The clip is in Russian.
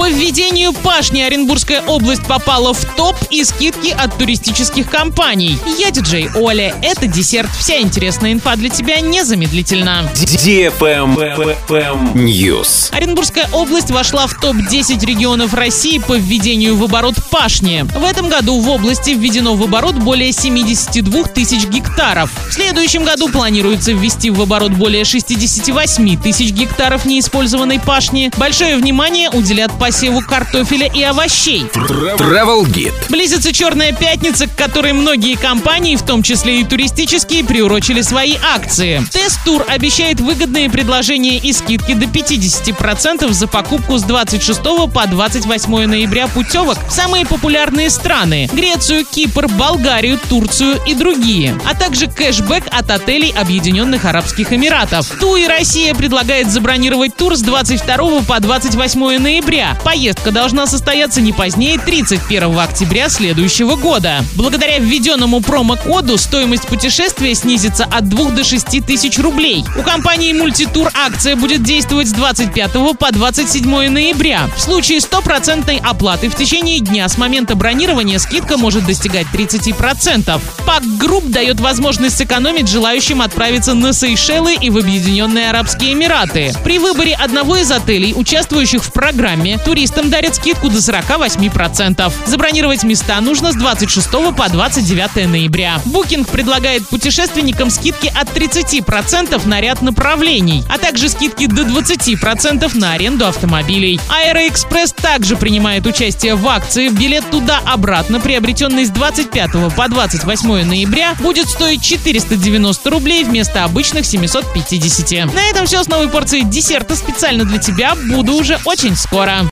По введению пашни Оренбургская область попала в топ и скидки от туристических компаний. Я диджей Оля. Это десерт. Вся интересная инфа для тебя незамедлительно. News. Оренбургская область вошла в топ-10 регионов России по введению в оборот пашни. В этом году в области введено в оборот более 72 тысяч гектаров. В следующем году планируется ввести в оборот более 68 тысяч гектаров неиспользованной пашни. Большое внимание уделят посеву картофеля и овощей. Travel Guide. Близится Черная пятница, к которой многие компании, в том числе и туристические, приурочили свои акции. Тест-тур обещает выгодные предложения и скидки до 50% за покупку с 26 по 28 ноября путевок в самые популярные страны – Грецию, Кипр, Болгарию, Турцию и другие, а также кэшбэк от отелей Объединенных Арабских Эмиратов. ТУИ Россия предлагает забронировать тур с 22 по 28 ноября. Поездка должна состояться не позднее 31 октября следующего года. Благодаря введенному промокоду стоимость путешествия снизится от 2 до 6 тысяч рублей. У компании «Мультитур» акция будет действовать с 25 по 27 ноября. В случае 100% оплаты в течение дня с момента бронирования скидка может достигать 30%. Пак Групп дает возможность сэкономить желающим отправиться на Сейшелы и в Объединенные Арабские Эмираты. При выборе одного из отелей, участвующих в программе, туристам дарят скидку до 48%. Забронировать места нужно с 26 по 29 ноября. Booking предлагает путешественникам скидки от 30% на ряд направлений, а также скидки до 20% на аренду автомобилей. Аэроэкспресс также принимает участие в акции. Билет туда-обратно, приобретенный с 25 по 28 ноября, будет стоить 490 рублей вместо обычных 750. На этом все с новой порцией десерта специально для тебя. Буду уже очень скоро.